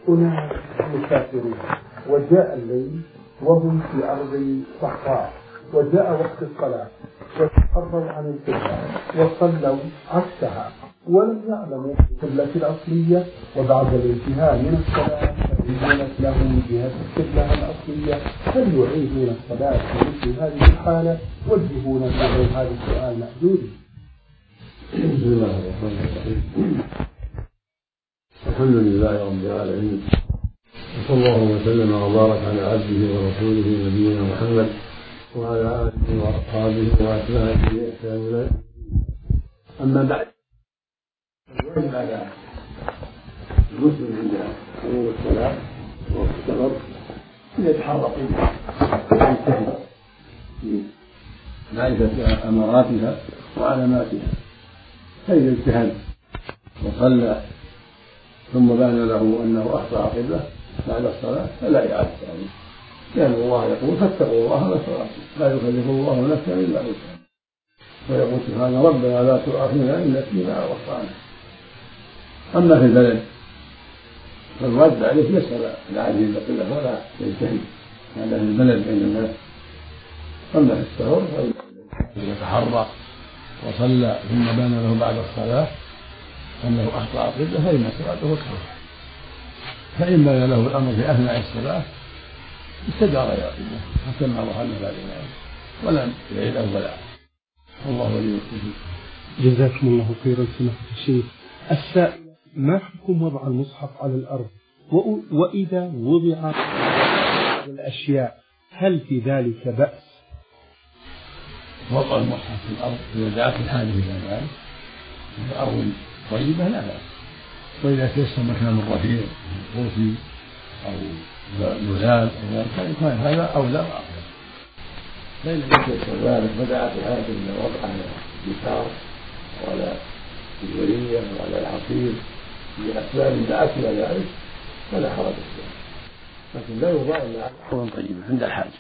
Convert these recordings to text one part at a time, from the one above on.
أناس مسافرون وجاء الليل وهم في أرض صحراء، وجاء وقت الصلاة وتحروا عن القبلة وصلوا عكسها ولم يعلموا القبلة الأصلية، وبعد الانتهاء من الصلاة تبينت لهم جهة القبلة الأصلية، هل يعيدون الصلاة في مثل هذه الحالة؟ وجهونا في غير هذا السؤال مأجوري. بسم الله الرحمن الرحيم. الحمد لله رب العالمين، وصلى الله وسلم وبارك على عبده ورسوله نبينا محمد وعلى آله وأصحابه وأتباعه بإحسان إلى يوم الدين. أما بعد، الواجب على المسلم عند حضور الصلاة ووقت السفر أن يتحرى قبلة ويجتهد في معرفة أماراتها وعلاماتها، فإذا اجتهد وصلى ثم بان له أنه أخطأ قبلة بعد الصلاة فلا إعادة عليه، لأن الله يقول فاتقوا الله ما استطعتم لا يكلف الله نفسا إلا وسعها، ويقول سبحانه ربنا لا تؤاخذنا إن نسينا أو أخطأنا. أما في البلد فالواجب عليه يسأل العاجل القبلة ولا يجتهد هذا في البلد بين الناس. أما في السفر فإذا تحرى وصلى ثم بان له بعد الصلاة أنه أخطأ قبلة فإن صلاته كفر، فإن بان له الأمر في أثناء الصلاة استدار إلى قبلة حتى ما وصلنا بعد ذلك ولم يعيد أولا، والله ولي التوفيق. جزاكم الله خيرا سماحة الشيخ. السائل: ما حكم وضع المصحف على الأرض؟ وإذا وضع الأشياء هل في ذلك بأس؟ وضع المصحف في الأرض إذا دعت الحاجة إلى ذلك في أرض طيبة لا بأس، وإذا تيسر مكان رفيع كرسي أو نزال أو ذلك كان هذا أولى وأفضل، فإن لم يتيسر ذلك فدعت الحاجة إلى وضع اليسار ولا الجرية ولا العصير بأسباب دعت إلى ذلك فلا حرج فيه، لكن لا يوضع إلا على أرض طيبة عند الحاجة.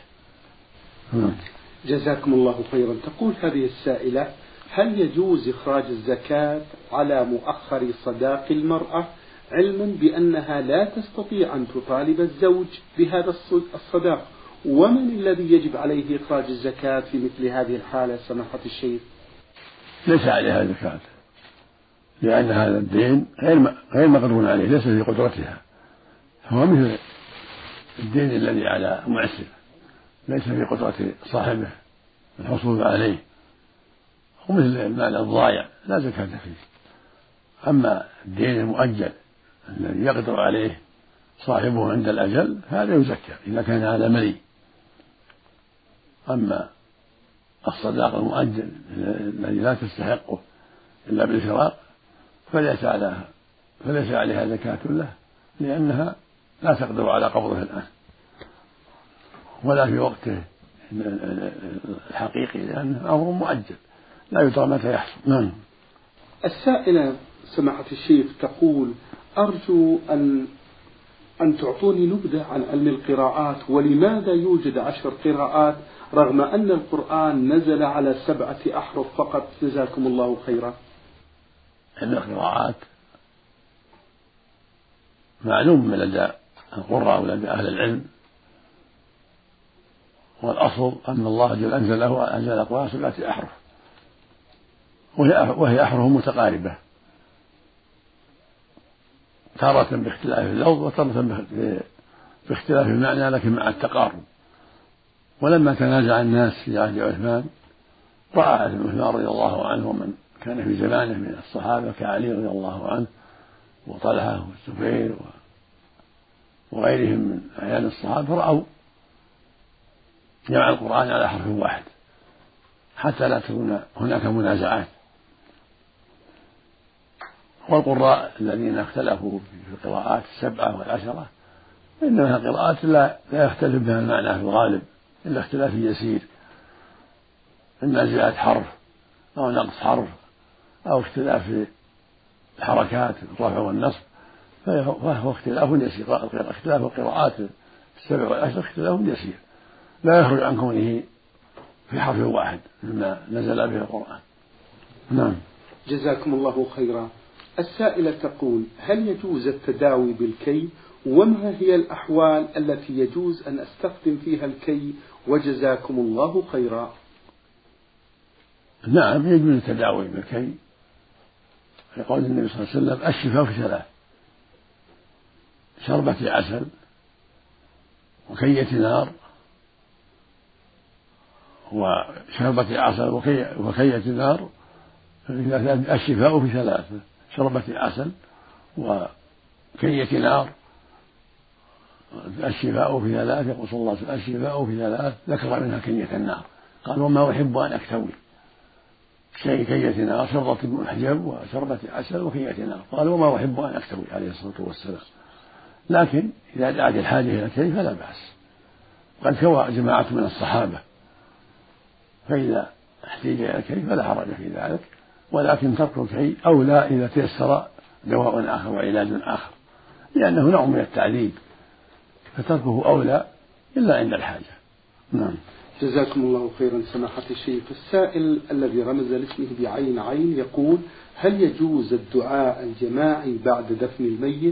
جزاكم الله خيرا. تقول هذه السائلة: هل يجوز إخراج الزكاة على مؤخر صداق المرأة علما بأنها لا تستطيع أن تطالب الزوج بهذا الصداق؟ ومن الذي يجب عليه إخراج الزكاة في مثل هذه الحالة سماحة الشيخ؟ ليس عليها زكاة، لأن هذا الدين غير مقدور عليه، ليس في قدرتها، هو مثل الدين الذي على معسر ليس في قدرة صاحبه الحصول عليه، ومثل المال الضائع لا زكاة فيه. أما الدين المؤجل الذي يقدر عليه صاحبه عند الأجل هذا يزكى إذا كان على ملي. أما الصداق المؤجل الذي لا تستحقه إلا بالفراق فليس عليها زكاة له، لأنها لا تقدر على قبضه الآن ولا في وقته الحقيقي، لأنه أمر مؤجل لا يدرى متى يحصل. نعم. السائلة سماحة الشيخ تقول: أرجو أن تعطوني نبذة عن علم القراءات، ولماذا يوجد 10 قراءات رغم أن القرآن نزل على 7 أحرف فقط؟ جزاكم الله خيرا. علم القراءات معلوم من لدى القراء ولدى أهل العلم، والأصل أن الله جل أنزل القرآن 7 أحرف، وهي أحرف متقاربة تارة باختلاف اللفظ وتارة باختلاف المعنى لكن مع التقارب. ولما تنازع الناس في عهد عثمان رأى عثمان رضي الله عنه ومن كان في زمانه من الصحابة كعلي رضي الله عنه وطلحة والزبير وغيرهم من أعيان الصحابة رأوا جمع القرآن على حرف واحد حتى لا تكون هناك منازعات. والقراء الذين اختلفوا في القراءات 7 و10 إنها قراءات لا يختلف بها المعنى في الغالب إلا اختلاف يسير، إما زيادة حرف أو نقص حرف أو اختلاف في الحركات الرفع والنصب، فهو اختلاف يسير. اختلاف القراءات 7 و10 اختلاف يسير لا يخرج عن كونه في حرف واحد مما نزل به القرآن. نعم. جزاكم الله خيرا. السائلة تقول: هل يجوز التداوي بالكي؟ وما هي الأحوال التي يجوز أن أستخدم فيها الكي؟ وجزاكم الله خيرا. نعم، يجوز التداوي بالكي، يقول النبي صلى الله عليه وسلم: الشفاء في ثلاث: شربة عسل، وكية نار، وشربة عسل وكية نار. الشفاء في ثلاث: شربة عسل وكية نار. الشفاء في ثلاث، يقول صلى الله عليه وسلم: الشفاء في ثلاث، ذكر منها كية النار. قال: وما أحب أن أكتوي. كية نار شربة محجب، وشربة عسل، وكية نار. قال: وما أحب أن أكتوي، عليه الصلاة والسلام. لكن إذا دعت الحاجة إلى الكي فلا بأس. قد كوى جماعة من الصحابة، فإذا احتيج إلى الكي فلا حرج في ذلك، ولكن ترك الكي أولى إذا تيسر دواء آخر وعلاج آخر، لأنه نوع من التعذيب، فتركه أولى إلا عند الحاجة. نعم. جزاكم الله خيرا سماحة الشيخ. السائل الذي رمز لاسمه بعين عين يقول: هل يجوز الدعاء الجماعي بعد دفن الميت؟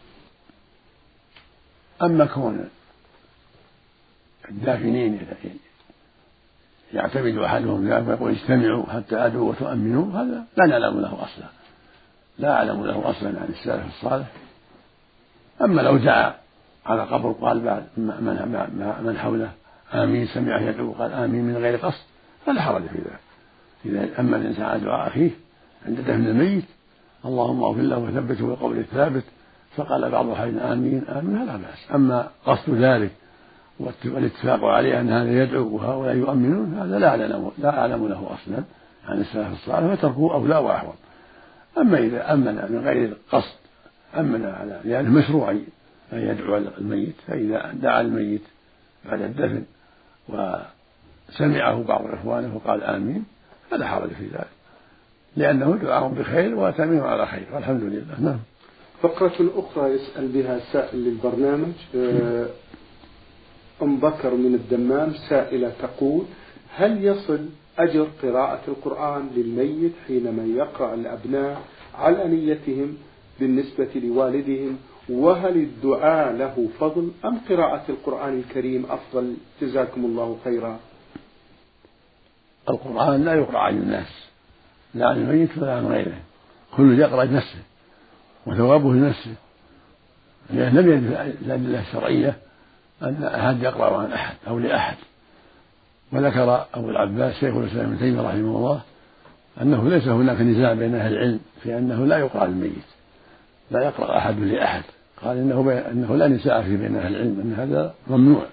أما كون الدافنين يعتمد أحدهم ذلك ويقول: اجتمعوا حتى أدعوا وتؤمنوا، هذا لا نعلم له أصلا، لا أعلم له أصلا عن السلف الصالح. أما لو دعا على قبر قال بعد من حوله: آمين، سمعه يدعو قال آمين من غير قصد، فلا حرج في ذلك. إذا أما الإنسان على دعاء أخيه عند دفن الميت: اللهم اغفر له وثبته بالقول الثابت، فقال بعض الحين آمين آمين، فلا بأس. أما قصد ذلك والاتفاق عليه أن هذا يدعو وهؤلاء يؤمنون، هذا لا أعلم له أصلا عن السلف الصالح، فتركه أولى وأحوط. أما إذا أمن من غير قصد، أمن على لأنه مشروع أن يدعو الميت، فإذا دعا الميت بعد الدفن وسمعه بعض إخوانه وقال آمين فلا حرج في ذلك، لأنه دعاء بخير وتأمين على خير، والحمد لله. نعم. فقرة أخرى يسأل بها سائل للبرنامج، أم بكر من الدمام، سائلة تقول: هل يصل أجر قراءة القرآن للميت حينما يقرأ الأبناء على نيتهم بالنسبة لوالدهم؟ وهل الدعاء له فضل أم قراءة القرآن الكريم أفضل؟ جزاكم الله خيرا. القرآن لا يقرأ عن الناس، لا عن الميت ولا عن غيره، كل يقرأ لنفسه وثوابه لنفسه، لأن لم يرد الأدلة الشرعية أن أحد يقرأ عن أحد أو لأحد. وذكر أبو العباس شيخ الإسلام ابن تيمية رحمه الله أنه ليس هناك نزاع بين أهل العلم في أنه لا يقرأ للميت، لا يقرأ أحد لأحد. قال إنه لا نزاع في بين أهل العلم أن هذا ممنوع،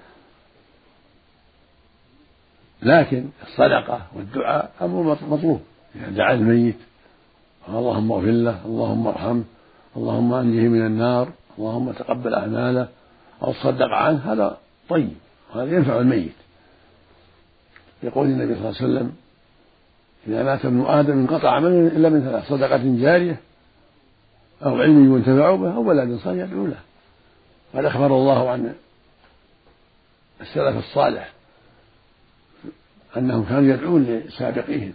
لكن الصدقة والدعاء أمر مطلوب. إذا دعا الميت: اللهم اغفر له، اللهم ارحمه، اللهم أنجه من النار، اللهم تقبل أعماله، أو صدق عنه، هذا طيب، وهذا ينفع الميت. يقول النبي صلى الله عليه وسلم: إذا مات ابن آدم انقطع عمله إلا من ثلاث: صدقة جارية، أو علم ينتفع به، أو ولد صالح يدعو له. قد أخبر الله عن السلف الصالح أنهم كانوا يدعون لسابقيهم،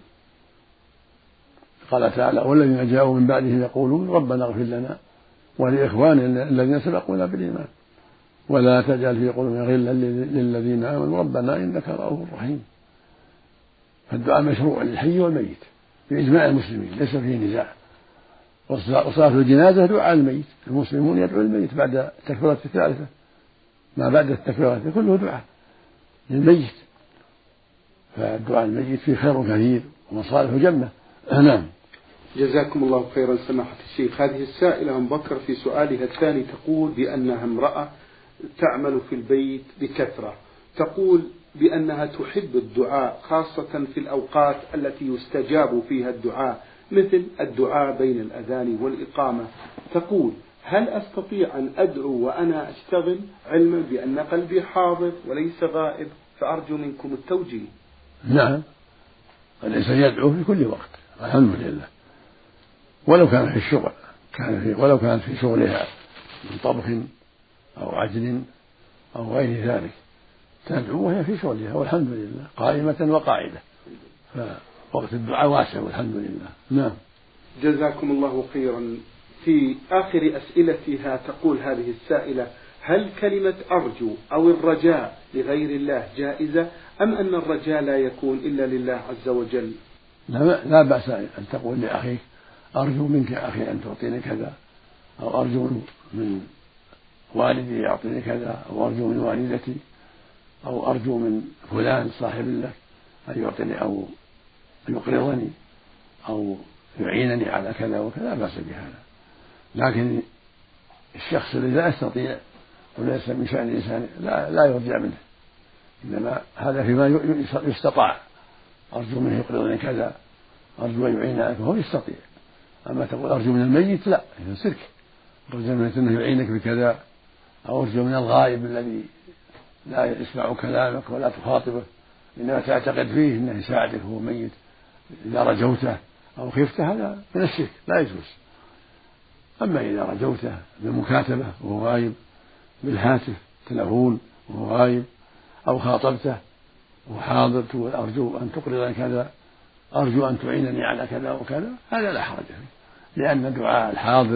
قال تعالى: والذين جاءوا من بعدهم يقولون ربنا اغفر لنا ولإخواننا الذين سبقونا بالإيمان ولا تجعل في قلوبنا غلا للذين آمنوا ربنا إنك رؤوف رحيم. فالدعاء مشروع للحي والميت بإجماع المسلمين، ليس فيه نزاع. وصلاة الجنازة دعاء الميت، المسلمون يدعو الميت بعد التكبيرة الثالثة، ما بعد التكبيرة كله دعاء للميت، فالدعاء الميت فيه خير كثير ومصالح جمة. نعم. جزاكم الله خيرا سماحة الشيخ. هذه السائلة أم بكر في سؤالها الثاني تقول بأنها امرأة تعمل في البيت بكثرة، تقول بأنها تحب الدعاء خاصة في الأوقات التي يستجاب فيها الدعاء، مثل الدعاء بين الأذان والإقامة. تقول: هل أستطيع أن أدعو وأنا أشتغل، علما بأن قلبي حاضر وليس غائب؟ فأرجو منكم التوجيه. نعم، الإنسان يدعو في كل وقت، الحمد لله، ولو كان في الشغل، ولو كان في شغلها من طبخ أو عجل أو غير ذلك، تدعو وهي في شغلها والحمد لله، قائمة وقاعدة، فوقت الدعاء واسع والحمد لله. نعم. جزاكم الله خيرا. في آخر أسئلتها تقول هذه السائلة: هل كلمة أرجو أو الرجاء لغير الله جائزة، أم أن الرجاء لا يكون إلا لله عز وجل؟ لا بأس أن تقول لأخيك: أرجو منك يا أخي أن تعطيني كذا، أو أرجو من والدي يعطيني كذا، أو أرجو من والدتي، أو أرجو من فلان صاحب لك أن يعطيني أو يقرضني أو يعينني على كذا وكذا، لا بأس بهذا. لكن الشخص الذي لا يستطيع وليس من شأن الإنسان لا يرجع منه، إنما هذا فيما يستطاع. أرجو منه يقرضني كذا، أرجو أن يعين عليك، وهو يستطيع. أما تقول أرجو من الميت، لا، هذا شرك. أرجو منه أنه يعينك بكذا، أو أرجو من الغائب الذي لا يسمع كلامك ولا تخاطبه، إنما تعتقد فيه أنه يساعدك وهو ميت، إذا رجوته أو خفته هذا من الشرك، لا يجوز. أما إذا رجوته بالمكاتبة وهو غايب، بالهاتف تلفون وهو غايب، أو خاطبته وهو حاضر تقول أرجو أن تقرضني كذا، أرجو أن تعينني على كذا وكذا، هذا لا حرج فيه، لأن دعاء الحاضر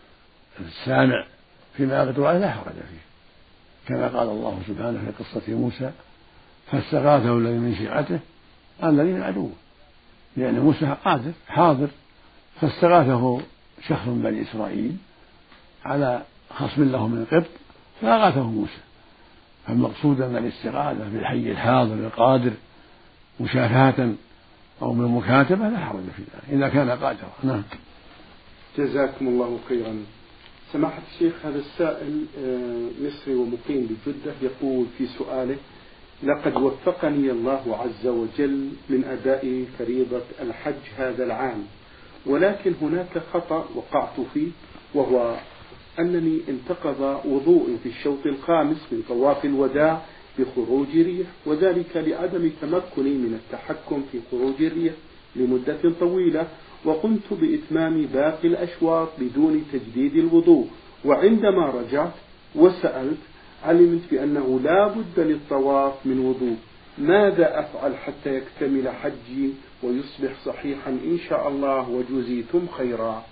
السامع فيما يقدر عليه لا حرج فيه، كما قال الله سبحانه في قصة موسى: فاستغاثه الذي من شيعته الذي من عدوه. لأن موسى قادر حاضر، فاستغاثه شخص من بني إسرائيل على خصم له من القبط فأغاثه موسى. فالمقصود أن الاستغاثة بالحي الحاضر القادر مشافهة أو بالمكاتبة لا حرج في ذلك إذا كان قادرا. نعم. جزاكم الله خيرا. سماحة الشيخ، هذا السائل مصري ومقيم بجدة يقول في سؤاله: لقد وفقني الله عز وجل من أداء فريضة الحج هذا العام، ولكن هناك خطأ وقعت فيه، وهو أنني انتقض وضوئي في الشوط الخامس من طواف الوداع بخروج ريح، وذلك لعدم تمكني من التحكم في خروج الريح لمدة طويلة، وقمت بإتمام باقي الأشواط بدون تجديد الوضوء. وعندما رجعت وسألت علمت بأنه لا بد للطواف من وضوء. ماذا أفعل حتى يكتمل حجي ويصبح صحيحا إن شاء الله وجزيتم خيرا؟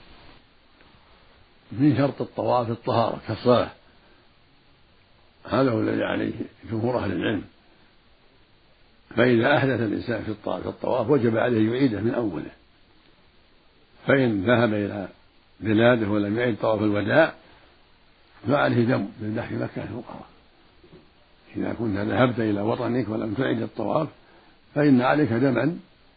من شرط الطواف الطهارة كالصلاة، هذا هو الذي عليه جمهور أهل العلم. فإذا أحدث الإنسان في الطواف وجب عليه يعيده من أوله. فإن ذهب إلى بلاده ولم يعد طواف الوداع فعليه دم بالذبح مكة الفقراء. إذا كنت ذهبت إلى وطنك ولم تعد الطواف فإن عليك دما،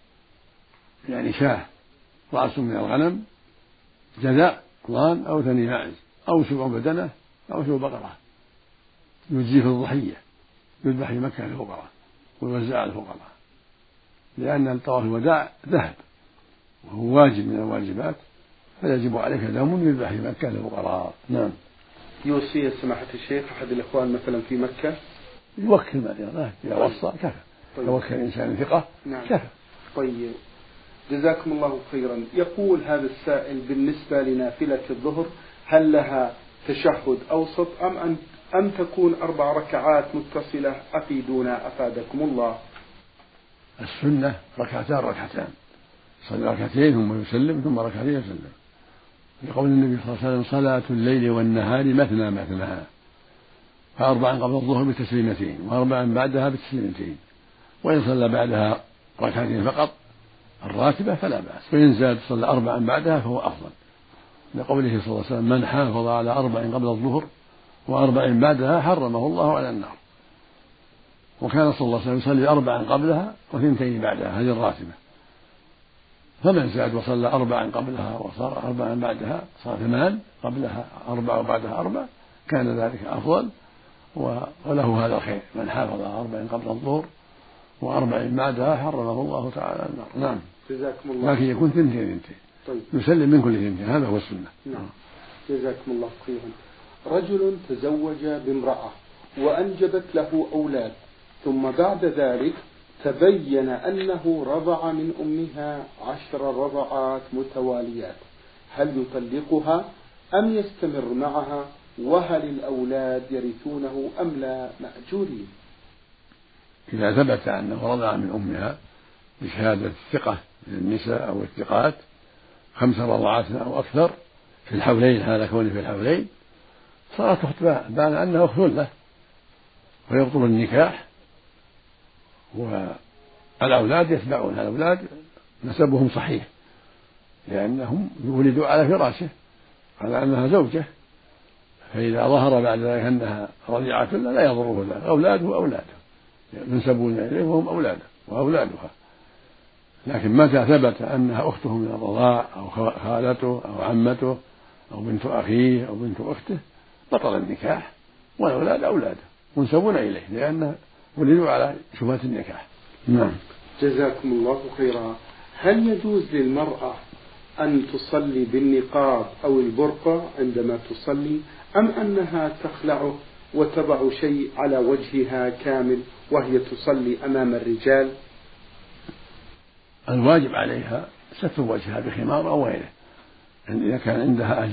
يعني شاة رأس من الغنم، جذاء ضان أو ثني ماعز أو سبع بدنة أو سبع بقرة، يجزي في الضحية يذبح في مكة للفقراء ويوزع على الفقراء، لأن الطواف الوداع ذهب وهو واجب من الواجبات، فيجب عليك دم يذبح في مكة للفقراء. نعم. يوصي سماحة الشيخ أحد الإخوان مثلا في مكة يوكل من يراه إذا وصى كفى. توكل إنسان ثقة كفى. طيب، جزاكم الله خيرا. يقول هذا السائل: بالنسبة لنافلة الظهر هل لها تشهد أوسط أم تكون 4 ركعات متصلة؟ أفيدونا أفادكم الله. السنة ركعتان، صلى ركعتين ثم يسلم ثم ركعتين يسلم، لقول النبي صلى الله عليه وسلم: صلاة الليل والنهار مثنى مثنى، ف4 قبل الظهر بتسليمتين و4 بعدها بتسليمتين، وإن صلى بعدها ركعتين فقط الراتبة فلا بأس، وإن زاد صلى 4 بعدها فهو أفضل، لقوله صلى الله عليه وسلم: من حافظ على 4 قبل الظهر و4 بعدها حرمه الله على النار. وكان صلى الله عليه وسلم يصلي 4 قبلها و2 بعدها، هذه الراتبة. فمن زاد وصلى 4 قبلها وصار 4 بعدها صار 8 قبلها 4 وبعدها 4، كان ذلك أفضل وله هذا الخير. من حافظ على 4 قبل الظهر و4 بعدها حرمه الله تعالى النار. نعم. جزاكم الله. لكن يكون 2. طيب. يسلم من كل 2، هذا هو السنة. نعم. جزاكم الله خيرا. رجل تزوج بامرأة وأنجبت له أولاد، ثم بعد ذلك تبين أنه رضع من أمها 10 رضعات متواليات، هل يطلقها أم يستمر معها؟ وهل الأولاد يرثونه أم لا مأجورين؟ إذا ثبت أنه رضع من أمها بشهادة الثقة من النساء أو الثقات 5 رضعات أو أكثر في الحولين، هذا كونه في الحولين، صارت أخت بان أنها أخت له ويبطل النكاح، والأولاد يتبعون الأولاد نسبهم صحيح لأنهم ولدوا على فراشه على أنها زوجة، فإذا ظهر بعد ذلك أنها رضيعة له لا يضره ذلك، أولاده ينسبون إليه وهم أولاده وأولادها. لكن متى ثبت أنها أخته من الرضاع أو خالته أو عمته أو بنت أخيه أو بنت أخته بطل النكاح، والأولاد أولاده منسبون إليه لأنه ولدوا على شبهة النكاح. نعم. جزاكم الله خيرا. هل يجوز للمرأة أن تصلي بالنقاب أو البرقع عندما تصلي، أم أنها تخلعه وتضع شيء على وجهها كامل وهي تصلي أمام الرجال؟ الواجب عليها ستر وجهها بخمار أو غيره إذا كان عندها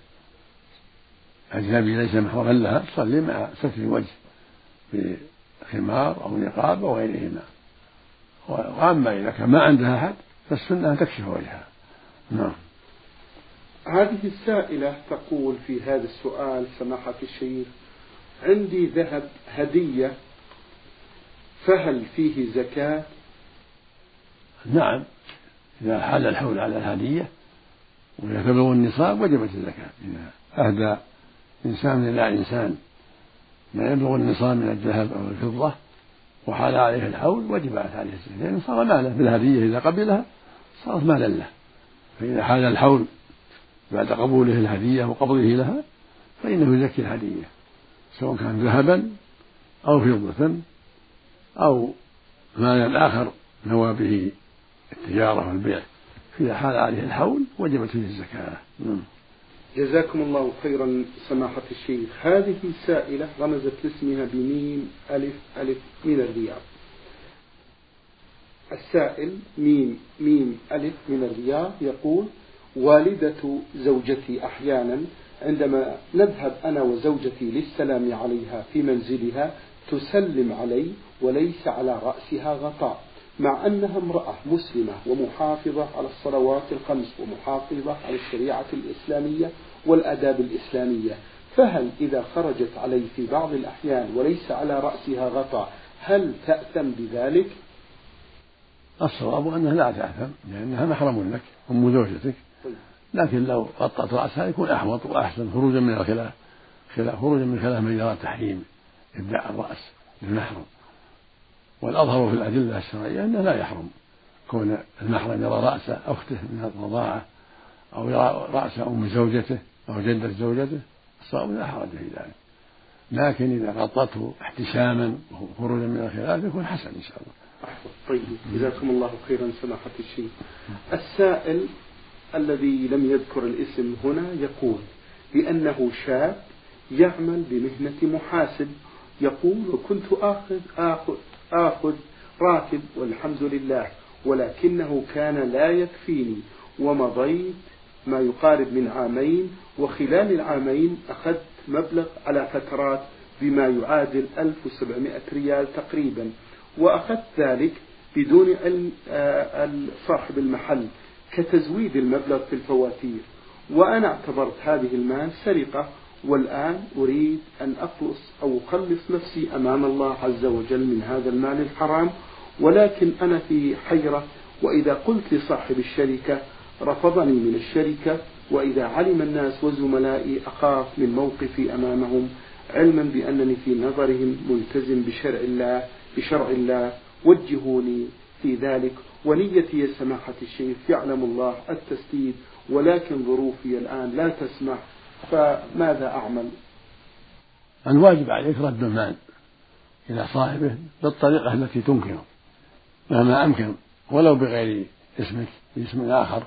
أجنبي ليس محرما لها تصلي مع ستر الوجه بخمار أو نقاب أو غيرهما. وأما إذا كان ما عندها أحد فالسنة أن تكشف وجهها. نعم. هذه السائلة تقول في هذا السؤال: سماحة الشيخ، عندي ذهب هدية فهل فيه زكاة؟ نعم، إذا حال الحول على الهدية ويتبلغ النصاب وجبت الزكاة. إذا أهدى إنسان إلى إنسان ما يبلغ النصاب من الذهب أو الفضة وحال عليه الحول وجبت عليه الزكاة، لأنه صار ماله بالهدية، إذا قبلها صارت مالا له. فإذا حال الحول بعد قبوله الهدية وقبضه لها فإنه يزكي الهدية، سواء كان ذهبا أو فضة أو مالا آخر نوى به التجارة والبيع، فإذا حال عليه الحول وجبت فيه الزكاة. جزاكم الله خيرا سماحة الشيخ. هذه سائلة رمزت لاسمها بميم ألف ألف من الرياض. السائل ميم ألف من الرياض يقول: والدة زوجتي أحيانا عندما نذهب أنا وزوجتي للسلام عليها في منزلها تسلم علي وليس على رأسها غطاء، مع أنها امرأة مسلمة ومحافظة على الصلوات الخمس ومحافظة على الشريعة الإسلامية والآداب الإسلامية، فهل إذا خرجت علي في بعض الأحيان وليس على رأسها غطاء هل تأثم بذلك؟ الصواب أنها لا تأثم لأنها محرم لك أم زوجتك، لكن لو غطت رأسها يكون أحوط وأحسن خروجا من الخلاف، خروجا من خلاف من يرى تحريم إبداء الرأس للمحرم. والأظهر في الأدلة الشرعية أنه لا يحرم كون المحرم يرى رأس أخته من الرضاعة أو يرى رأس أم زوجته أو جدة زوجته، الصواب لا حرج في ذلك، لكن إذا غطته احتشاما وخروجا من الخلاف يكون حسن إن شاء الله. طيب، جزاكم الله خيرا سماحة الشيخ. السائل الذي لم يذكر الاسم هنا يقول بأنه شاب يعمل بمهنة محاسب، يقول: وكنت آخذ راتب والحمد لله، ولكنه كان لا يكفيني، ومضيت ما يقارب من عامين، وخلال العامين أخذت مبلغ على فترات بما يعادل 1700 ريال تقريبا، وأخذت ذلك بدون علم صاحب المحل كتزويد المبلغ في الفواتير، وأنا اعتبرت هذه المال سرقة، والآن أريد أن أخلص نفسي أمام الله عز وجل من هذا المال الحرام، ولكن أنا في حيرة، وإذا قلت لصاحب الشركة رفضني من الشركة، وإذا علم الناس وزملائي أخاف من موقفي أمامهم، علما بأنني في نظرهم ملتزم بشرع الله، وجهوني في ذلك، ونيتي يا سماحة الشيخ يعلم الله التسديد، ولكن ظروفي الآن لا تسمح، فماذا أعمل؟ الواجب عليك رد المال إلى صاحبه بالطريقة التي تمكنه مهما أمكن، ولو بغير اسمك باسم آخر،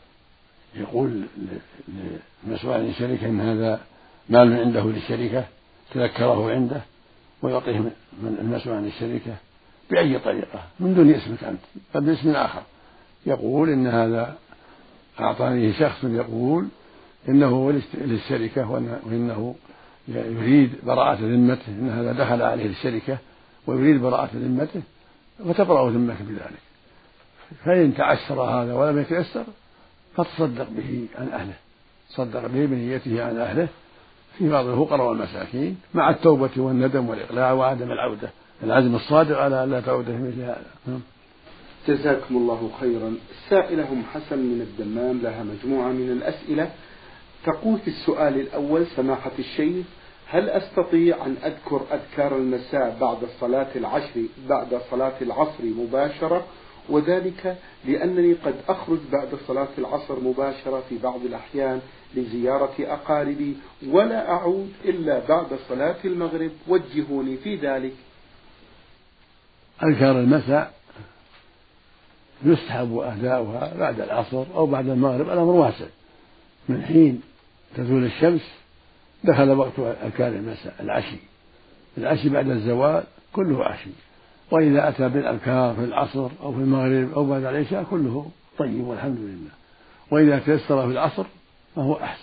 يقول للمسؤول عن الشركة إن هذا مال عنده للشركة تذكره عنده، ويعطيه من المسؤول عن الشركة بأي طريقة من دون اسمك أنت بل باسم آخر، يقول إن هذا أعطانيه شخص يقول إنه للشركة وإنه يريد براءة ذمته، إن هذا دخل عليه الشركة ويريد براءة ذمته، فتبرأ ذمته بذلك. فإن تعسر هذا ولم يتيسر فتصدق به عن أهله، تصدق به بنيته عن أهله في بعض الفقراء والمساكين مع التوبة والندم والإقلاع وعدم العودة، العزم الصادق على أن لا تعود في مثل هذا. جزاكم الله خيرا. السائلة أم حسن من الدمام لها مجموعة من الأسئلة، تقول في السؤال الأول: سماحة الشيخ، هل أستطيع أن أذكر أذكار المساء بعد صلاة العصر مباشرة؟ وذلك لأنني قد أخرج بعد صلاة العصر مباشرة في بعض الأحيان لزيارة أقاربي ولا أعود إلا بعد صلاة المغرب، وجهوني في ذلك. أذكار المساء يستحب أداؤها بعد العصر أو بعد المغرب، الأمر واسع، من حين تزول الشمس دخل وقت أذكار المساء. العشي بعد الزوال كله عشي، وإذا أتى بالأذكار في العصر أو في المغرب أو بعد العشاء كله طيب والحمد لله، وإذا تيسر في العصر فهو أحسن.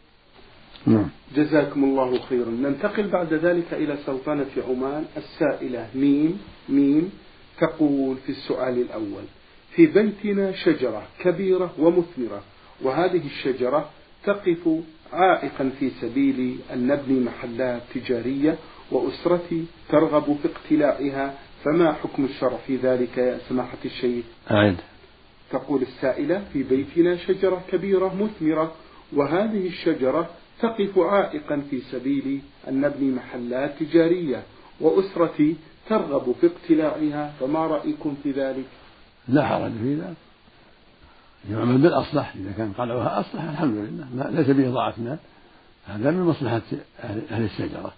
جزاكم الله خيرا. ننتقل بعد ذلك إلى سلطنة عمان. السائلة ميم تقول في السؤال الأول: في بيتنا شجرة كبيرة ومثمرة، وهذه الشجرة تقف عائقا في سبيل أن نبني محلات تجارية، وأسرتي ترغب في اقتلاعها، فما حكم الشرع في ذلك يا سماحة الشيخ؟ تقول السائلة: في بيتنا شجرة كبيرة مثمرة، وهذه الشجرة تقف عائقا في سبيل أن نبني محلات تجارية، وأسرتي ترغب في اقتلاعها، فما رأيكم في ذلك؟ لا حرج في ذلك، يعمل بالأصلح، إذا كان قلعها أصلح الحمد لله، ليس به ضاعة مال، هذا من مصلحة أهل الشجرة،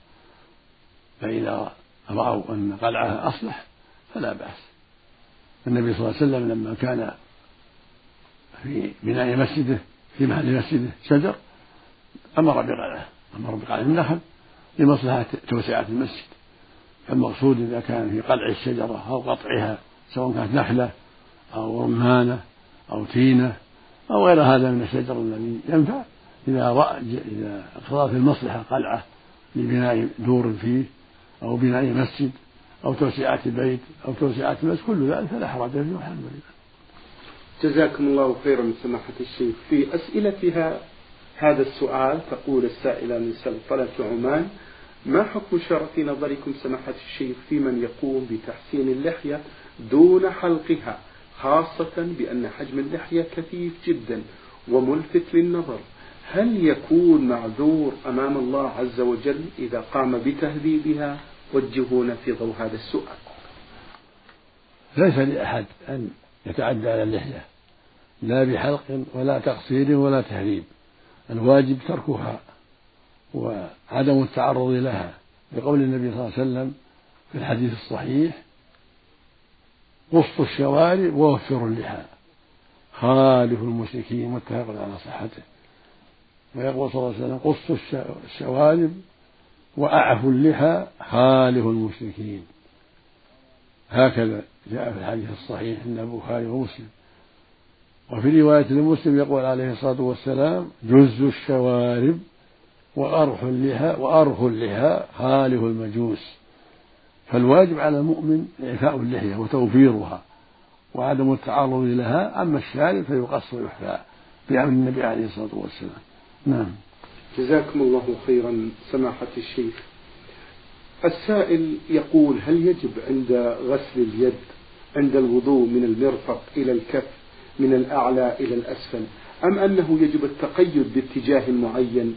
فإذا رأوا أن قلعها أصلح فلا بأس. النبي صلى الله عليه وسلم لما كان في بناء مسجده في محل مسجده شجر أمر بقلع النخل لمصلحة توسعة المسجد، فالمقصود إذا كان في قلع الشجرة أو قطعها سواء كانت نخلة أو رمانة أو تينة أو غير هذا من الشجر الذي ينفع، إذا اقتضت المصلحة قلعه لبناء دور فيه أو بناء مسجد أو توسعة بيت أو توسعة مسجد، كل ذلك فلا حرج فيه والحمد لله. جزاكم الله خيرا سماحة الشيخ. في أسئلتها هذا السؤال تقول السائلة من سلطنة عمان: ما حكم الشرع في نظركم سماحة الشيخ في من يقوم بتحسين اللحية دون حلقها، خاصة بأن حجم اللحية كثيف جدا وملفت للنظر؟ هل يكون معذور أمام الله عز وجل إذا قام بتهذيبها؟ وجهونا في ضوء هذا السؤال. ليس لأحد أن يتعدى على اللحية، لا بحلق ولا تقصير ولا تهذيب، الواجب تركها وعدم التعرض لها، بقول النبي صلى الله عليه وسلم في الحديث الصحيح: قصوا الشوارب ووفروا اللحى، خالفوا المشركين، متفق على صحته. ويقول صلى الله عليه وسلم: قصوا الشوارب وأعفوا اللحى، خالفوا المشركين. هكذا جاء في الحديث الصحيح عند البخاري ومسلم. وفي رواية لمسلم يقول عليه الصلاة والسلام: جزوا الشوارب وأرخوا اللحى، خالفوا المجوس. فالواجب على المؤمن إعفاء اللحية وتوفيرها وعدم التعرض لها، أما الشارب فيقص ويحفى بأمر النبي عليه الصلاة والسلام. نعم. جزاكم الله خيرا سماحة الشيخ. السائل يقول: هل يجب عند غسل اليد عند الوضوء من المرفق إلى الكف من الأعلى إلى الأسفل، أم أنه يجب التقيد باتجاه معين؟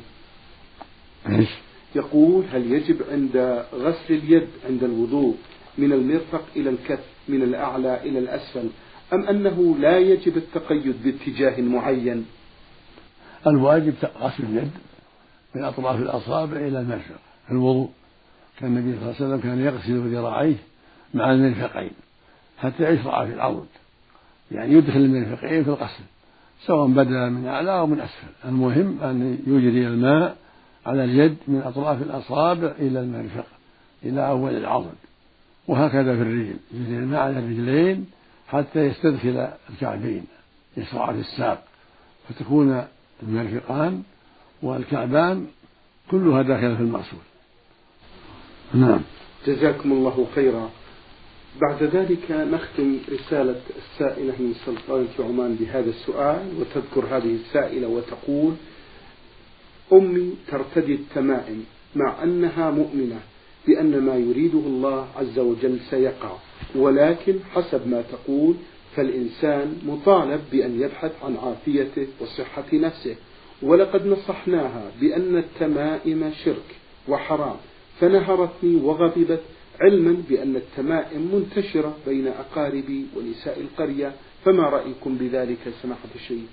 يقول: هل يجب عند غسل اليد عند الوضوء من المرفق إلى الكف من الأعلى إلى الأسفل، أم أنه لا يجب التقيد باتجاه معين؟ الواجب غسل اليد من أطراف الأصابع إلى المرفق في الوضوء، كان النبي صلى الله عليه وسلم كان يغسل ذراعيه مع المرفقين حتى يشرع في العضد، يعني يدخل المرفقين في الغسل سواء بدأ من أعلى أو من أسفل، المهم أن يجري الماء على اليد من أطراف الأصابع إلى المرفق إلى أول العضد، وهكذا في الرجل يجري الماء على الرجلين حتى يستدخل الكعبين، يشرع في الساق، فتكون المرفقان والكعبان كلها داخلة في المغسول. نعم. جزاكم الله خيرا. بعد ذلك نختم رسالة السائلة من سلطنة عمان بهذا السؤال، وتذكر هذه السائلة وتقول: أمي ترتدي التمائم مع أنها مؤمنة بأن ما يريده الله عز وجل سيقع، ولكن حسب ما تقول فالإنسان مطالب بأن يبحث عن عافيته وصحة نفسه، ولقد نصحناها بأن التمائم شرك وحرام فنهرتني وغضبت، علما بأن التمائم منتشرة بين أقاربي ونساء القرية، فما رأيكم بذلك سماحة الشيخ؟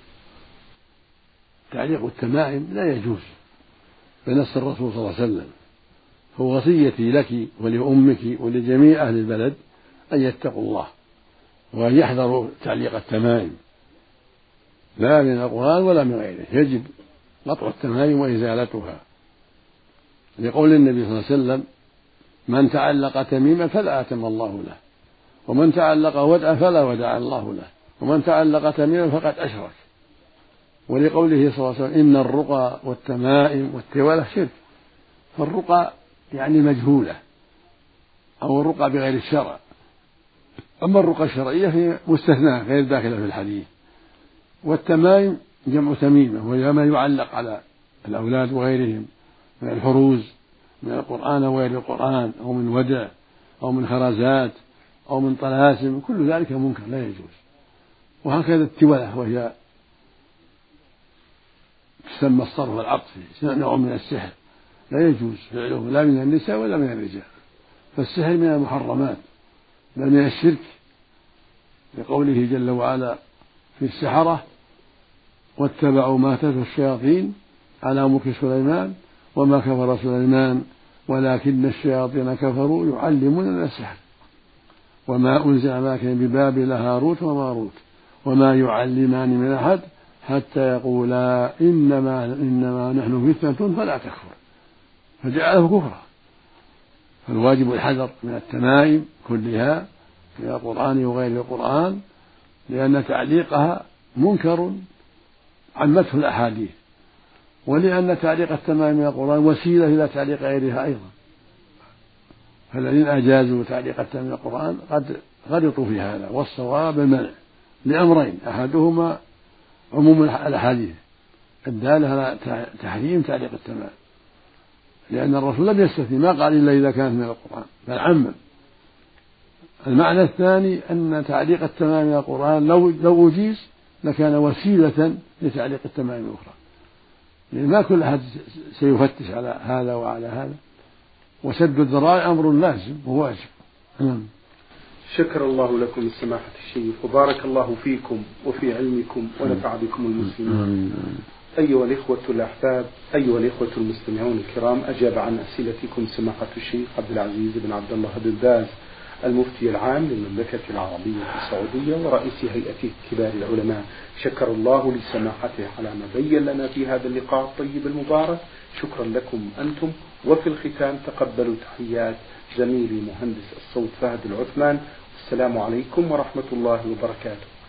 تعليق التمائم لا يجوز بنص الرسول صلى الله عليه وسلم، فوصيتي لك ولأمك ولجميع أهل البلد أن يتقوا الله وأن يحذروا تعليق التمائم، لا من القرآن ولا من غيره، يجب قطع التمائم وإزالتها، لقول النبي صلى الله عليه وسلم: من تعلق تميما فلا أتم الله له، ومن تعلق ودعا فلا ودع الله له، ومن تعلق تميما فقد أشرك. ولقوله صلى الله عليه وسلم: إن الرقى والتمائم والتولة شرك. فالرقى يعني مجهولة أو الرقى بغير الشرع، أما الرقى الشرعية هي مستثناة غير داخلة في الحديث. والتمائم جمع تميمة، وهي ما يعلق على الأولاد وغيرهم من الحروز من القرآن أو غير القرآن، أو من ودع أو من خرزات أو من طلاسم، كل ذلك منكر لا يجوز. وهكذا التولة، وهي تسمى الصرف العطفي، نوع من السحر لا يجوز فعله لا من النساء ولا من الرجال، فالسحر من المحرمات لا من الشرك، لقوله جل وعلا في السحرة: واتبعوا ما تتلو الشياطين على ملك سليمان وما كفر سليمان ولكن الشياطين كفروا يعلمون الناس السحر وما أنزل معك ببابل هاروت وماروت وما يعلمان من أحد حتى يقولا إنما نحن فتنة فلا تكفر، فجعله كفرا. فالواجب الحذر من التمائم كلها من القرآن وغير القرآن، لأن تعليقها منكر عمته الأحاديث، ولأن تعليق التمائم من القرآن وسيلة إلى تعليق غيرها أيضا، فالذين أجازوا تعليق التمائم من القرآن قد غلطوا في هذا، والصواب المنع لأمرين: أحدهما عموم الأحاديث الدالة على تحريم تعليق التمائم، لأن الرسول لم يستثني، ما قال إلا إذا كانت من القرآن بل عمم. المعنى الثاني أن تعليق التمائم من القرآن لو أجيز لكان وسيلة لتعليق التمائم الأخرى، لأن ما كل أحد سيفتش على هذا وعلى هذا، وسد الذرائع أمر لازم وواجب. شكر الله لكم سماحة الشيخ، وبارك الله فيكم وفي علمكم ونفع بكم المسلمين. أيها الإخوة الأحباب، أيها الإخوة المستمعون الكرام، أجاب عن أسئلتكم سماحة الشيخ عبد العزيز بن عبد الله بن باز، المفتي العام للمملكة العربية السعودية ورئيس هيئة كبار العلماء. شكر الله لسماحته على ما بين لنا في هذا اللقاء الطيب المبارك. شكرا لكم أنتم. وفي الختام تقبلوا تحيات زميلي مهندس الصوت فهد العثمان. السلام عليكم ورحمة الله وبركاته.